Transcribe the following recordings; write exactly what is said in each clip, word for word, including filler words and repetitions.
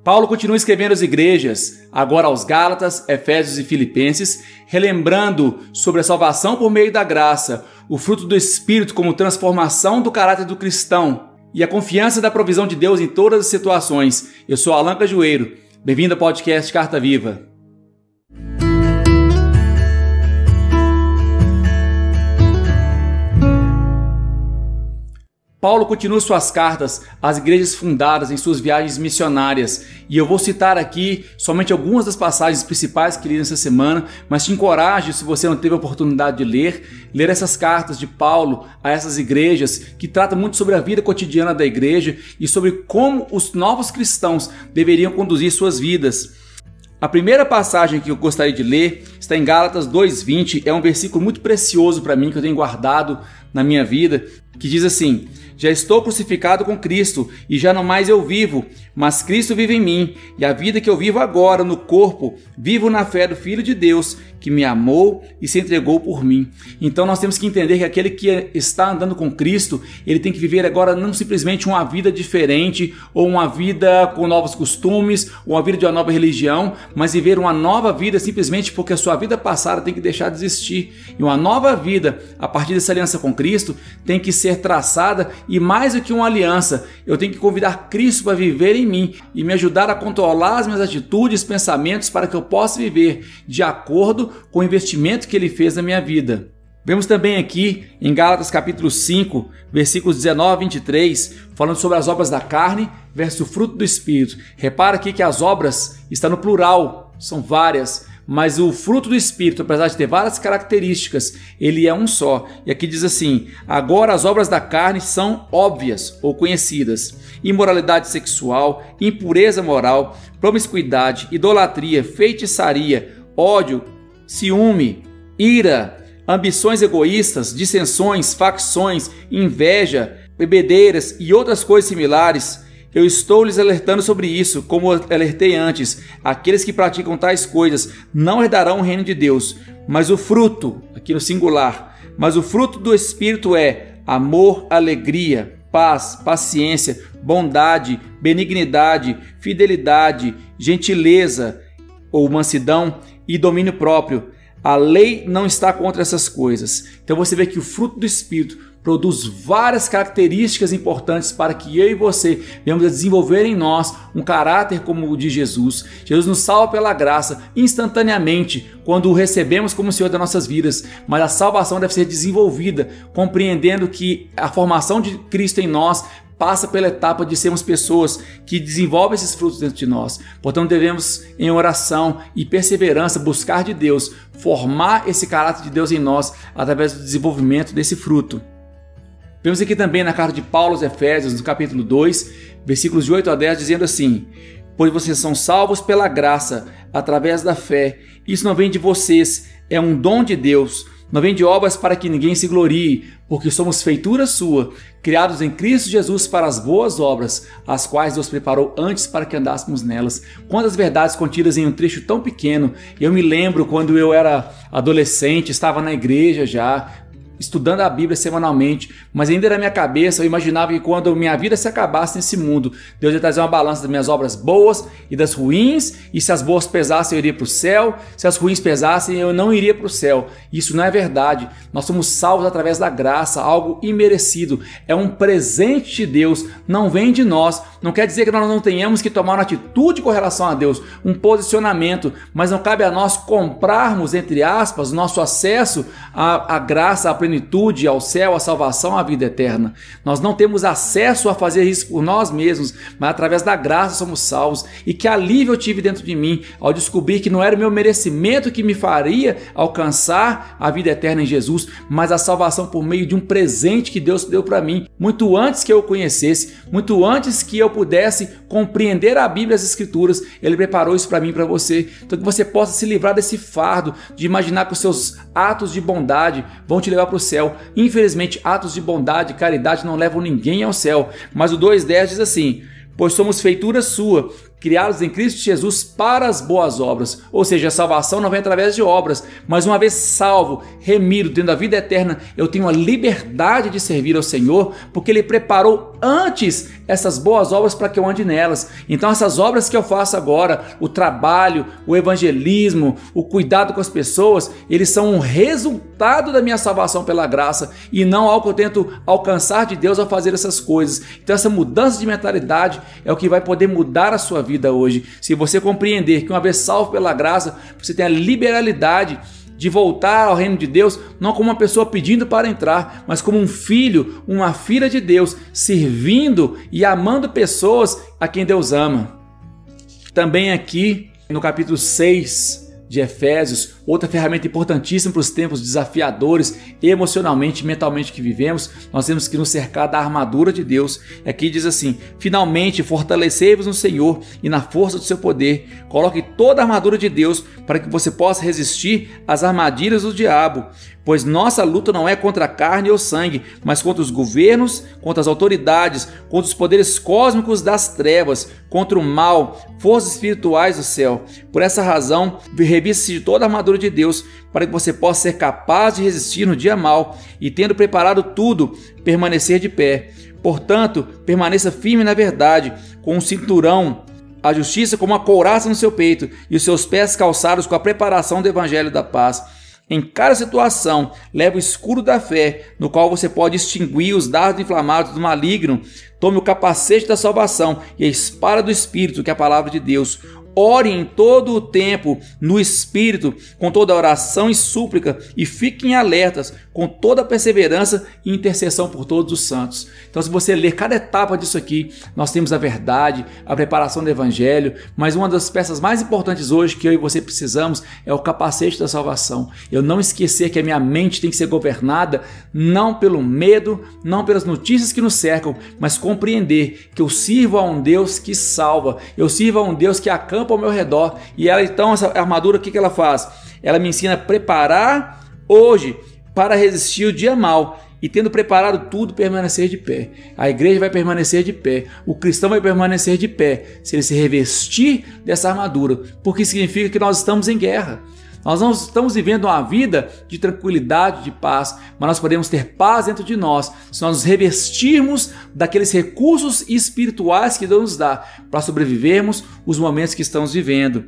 Paulo continua escrevendo às igrejas, agora aos Gálatas, Efésios e Filipenses, relembrando sobre a salvação por meio da graça, o fruto do Espírito como transformação do caráter do cristão e a confiança da provisão de Deus em todas as situações. Eu sou Alan Cajueiro, bem-vindo ao podcast Carta Viva. Paulo continua suas cartas às igrejas fundadas em suas viagens missionárias, e eu vou citar aqui somente algumas das passagens principais que li nessa semana, mas te encorajo, se você não teve a oportunidade de ler, ler essas cartas de Paulo a essas igrejas, que tratam muito sobre a vida cotidiana da igreja e sobre como os novos cristãos deveriam conduzir suas vidas. A primeira passagem que eu gostaria de ler está em Gálatas dois, vinte, é um versículo muito precioso para mim, que eu tenho guardado na minha vida, que diz assim: já estou crucificado com Cristo, e já não mais eu vivo, mas Cristo vive em mim, e a vida que eu vivo agora no corpo, vivo na fé do Filho de Deus, que me amou e se entregou por mim. Então nós temos que entender que aquele que está andando com Cristo, ele tem que viver agora não simplesmente uma vida diferente, ou uma vida com novos costumes, ou uma vida de uma nova religião, mas viver uma nova vida simplesmente porque a sua vida passada tem que deixar de existir. E uma nova vida, a partir dessa aliança com Cristo, tem que ser traçada, e mais do que uma aliança, eu tenho que convidar Cristo para viver em mim e me ajudar a controlar as minhas atitudes e pensamentos para que eu possa viver de acordo com o investimento que Ele fez na minha vida. Vemos também aqui em Gálatas capítulo cinco, versículos dezenove a vinte e três, falando sobre as obras da carne versus o fruto do Espírito. Repara aqui que as obras estão no plural, são várias, mas o fruto do Espírito, apesar de ter várias características, ele é um só. E aqui diz assim: agora as obras da carne são óbvias ou conhecidas: imoralidade sexual, impureza moral, promiscuidade, idolatria, feitiçaria, ódio, ciúme, ira, ambições egoístas, dissensões, facções, inveja, bebedeiras e outras coisas similares. Eu estou lhes alertando sobre isso, como alertei antes. Aqueles que praticam tais coisas não herdarão o reino de Deus. Mas o fruto, aqui no singular, mas o fruto do Espírito é amor, alegria, paz, paciência, bondade, benignidade, fidelidade, gentileza ou mansidão e domínio próprio. A lei não está contra essas coisas. Então você vê que o fruto do Espírito produz várias características importantes para que eu e você venhamos a desenvolver em nós um caráter como o de Jesus. Jesus nos salva pela graça instantaneamente quando o recebemos como Senhor das nossas vidas, mas a salvação deve ser desenvolvida compreendendo que a formação de Cristo em nós passa pela etapa de sermos pessoas que desenvolvem esses frutos dentro de nós. Portanto, devemos, em oração e perseverança, buscar de Deus, formar esse caráter de Deus em nós através do desenvolvimento desse fruto. Vemos aqui também na carta de Paulo aos Efésios, no capítulo dois, versículos de oito a dez, dizendo assim: pois vocês são salvos pela graça, através da fé. Isso não vem de vocês, é um dom de Deus. Não vem de obras para que ninguém se glorie, porque somos feitura sua, criados em Cristo Jesus para as boas obras, as quais Deus preparou antes para que andássemos nelas. Quantas verdades contidas em um trecho tão pequeno. Eu me lembro quando eu era adolescente, estava na igreja já, estudando a Bíblia semanalmente, mas ainda na minha cabeça eu imaginava que quando minha vida se acabasse nesse mundo, Deus ia trazer uma balança das minhas obras boas e das ruins, e se as boas pesassem eu iria para o céu, se as ruins pesassem eu não iria para o céu. Isso não é verdade. Nós somos salvos através da graça, algo imerecido, é um presente de Deus, não vem de nós. Não quer dizer que nós não tenhamos que tomar uma atitude com relação a Deus, um posicionamento, mas não cabe a nós comprarmos, entre aspas, nosso acesso à, à graça, à plenitude, ao céu, à salvação, à vida eterna. Nós não temos acesso a fazer isso por nós mesmos, mas através da graça somos salvos. E que alívio eu tive dentro de mim ao descobrir que não era o meu merecimento que me faria alcançar a vida eterna em Jesus, mas a salvação por meio de um presente que Deus deu para mim, muito antes que eu o conhecesse, muito antes que eu pudesse compreender a Bíblia e as Escrituras. Ele preparou isso para mim e para você, então que você possa se livrar desse fardo de imaginar que os seus atos de bondade vão te levar para o céu. Infelizmente, atos de bondade e caridade não levam ninguém ao céu. Mas o dois dez diz assim: pois somos feitura sua, criados em Cristo Jesus para as boas obras. Ou seja, a salvação não vem através de obras, mas uma vez salvo, remido, tendo a vida eterna, eu tenho a liberdade de servir ao Senhor, porque Ele preparou antes essas boas obras para que eu ande nelas. Então essas obras que eu faço agora, o trabalho, o evangelismo, o cuidado com as pessoas, eles são um resultado da minha salvação pela graça e não algo que eu tento alcançar de Deus ao fazer essas coisas. Então essa mudança de mentalidade é o que vai poder mudar a sua vida hoje. Se você compreender que uma vez salvo pela graça, você tem a liberalidade de voltar ao reino de Deus, não como uma pessoa pedindo para entrar, mas como um filho, uma filha de Deus, servindo e amando pessoas a quem Deus ama. Também aqui no capítulo seis de Efésios, outra ferramenta importantíssima para os tempos desafiadores emocionalmente e mentalmente que vivemos, nós temos que nos cercar da armadura de Deus. Aqui diz assim: finalmente fortalecei-vos no Senhor e na força do seu poder, coloque toda a armadura de Deus para que você possa resistir às armadilhas do diabo, pois nossa luta não é contra a carne ou sangue, mas contra os governos, contra as autoridades, contra os poderes cósmicos das trevas, contra o mal, forças espirituais do céu. Por essa razão, revista-se de toda a armadura de Deus, para que você possa ser capaz de resistir no dia mau e, tendo preparado tudo, permanecer de pé. Portanto, permaneça firme na verdade, com um cinturão, a justiça como uma couraça no seu peito e os seus pés calçados com a preparação do evangelho da paz. Em cada situação, leve o escudo da fé, no qual você pode extinguir os dardos inflamados do maligno. Tome o capacete da salvação e a espada do Espírito, que é a palavra de Deus. Ore em todo o tempo no Espírito, com toda oração e súplica, e fiquem alertas, com toda perseverança e intercessão por todos os santos. Então, se você ler cada etapa disso aqui, nós temos a verdade, a preparação do Evangelho, mas uma das peças mais importantes hoje que eu e você precisamos é o capacete da salvação. Eu não esquecer que a minha mente tem que ser governada não pelo medo, não pelas notícias que nos cercam, mas compreender que eu sirvo a um Deus que salva, eu sirvo a um Deus que acampa ao meu redor. E ela, então, essa armadura, o que ela faz? Ela me ensina a preparar hoje para resistir o dia mau e, tendo preparado tudo, permanecer de pé. A igreja vai permanecer de pé, o cristão vai permanecer de pé se ele se revestir dessa armadura, porque significa que nós estamos em guerra. Nós não estamos vivendo uma vida de tranquilidade, de paz, mas nós podemos ter paz dentro de nós se nós nos revestirmos daqueles recursos espirituais que Deus nos dá para sobrevivermos os momentos que estamos vivendo.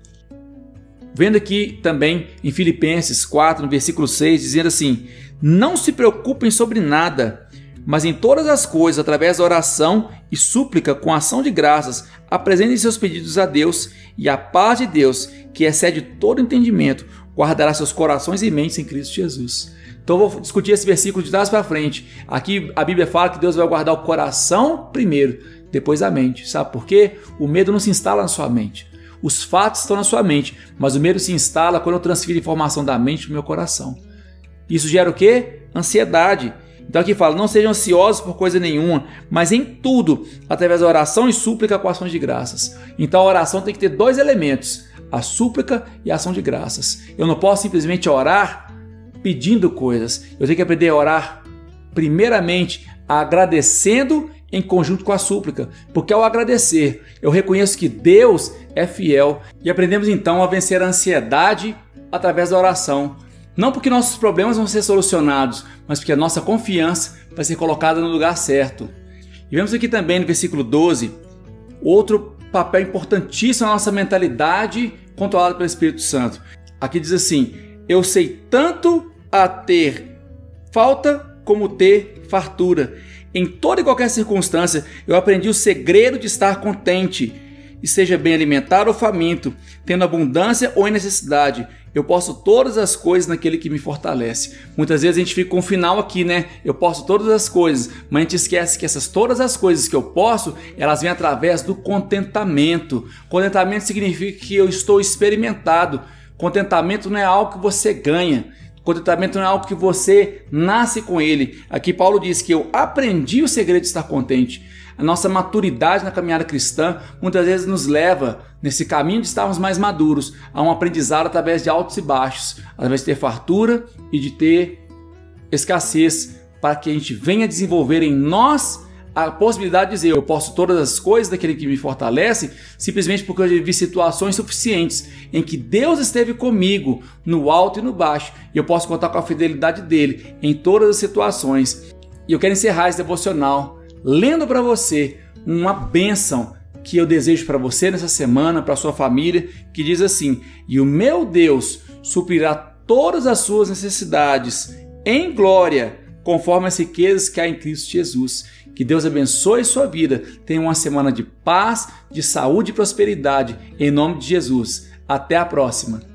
Vendo aqui também em Filipenses quatro, no versículo seis, dizendo assim: não se preocupem sobre nada, mas em todas as coisas, através da oração e súplica com ação de graças, apresentem seus pedidos a Deus, e a paz de Deus, que excede todo entendimento, guardará seus corações e mentes em Cristo Jesus. Então eu vou discutir esse versículo de trás para frente. Aqui a Bíblia fala que Deus vai guardar o coração primeiro, depois a mente. Sabe por quê? O medo não se instala na sua mente. Os fatos estão na sua mente, mas o medo se instala quando eu transfiro informação da mente para o meu coração. Isso gera o quê? Ansiedade. Então aqui fala: não sejam ansiosos por coisa nenhuma, mas em tudo, através da oração e súplica com ações de graças. Então a oração tem que ter dois elementos: a súplica e a ação de graças. Eu não posso simplesmente orar pedindo coisas. Eu tenho que aprender a orar primeiramente agradecendo em conjunto com a súplica, porque ao agradecer eu reconheço que Deus é fiel e aprendemos então a vencer a ansiedade através da oração. Não porque nossos problemas vão ser solucionados, mas porque a nossa confiança vai ser colocada no lugar certo. E vemos aqui também no versículo doze, outro papel importantíssimo na nossa mentalidade controlada pelo Espírito Santo. Aqui diz assim: eu sei tanto a ter falta como ter fartura. Em toda e qualquer circunstância, eu aprendi o segredo de estar contente, e seja bem alimentado ou faminto, tendo abundância ou em necessidade, eu posso todas as coisas naquele que me fortalece. Muitas vezes a gente fica com o final aqui, né? Eu posso todas as coisas, mas a gente esquece que essas todas as coisas que eu posso, elas vêm através do contentamento. Contentamento significa que eu estou experimentado. Contentamento não é algo que você ganha. Contentamento não é algo que você nasce com ele. Aqui Paulo diz que eu aprendi o segredo de estar contente. A nossa maturidade na caminhada cristã muitas vezes nos leva, nesse caminho de estarmos mais maduros, a um aprendizado através de altos e baixos, através de ter fartura e de ter escassez, para que a gente venha desenvolver em nós a possibilidade de dizer eu posso todas as coisas daquele que me fortalece, simplesmente porque eu vivi situações suficientes em que Deus esteve comigo no alto e no baixo, e eu posso contar com a fidelidade dele em todas as situações. E eu quero encerrar esse devocional lendo para você uma bênção que eu desejo para você nessa semana, para sua família, que diz assim: e o meu Deus suprirá todas as suas necessidades em glória, conforme as riquezas que há em Cristo Jesus. Que Deus abençoe sua vida. Tenha uma semana de paz, de saúde e prosperidade. Em nome de Jesus. Até a próxima.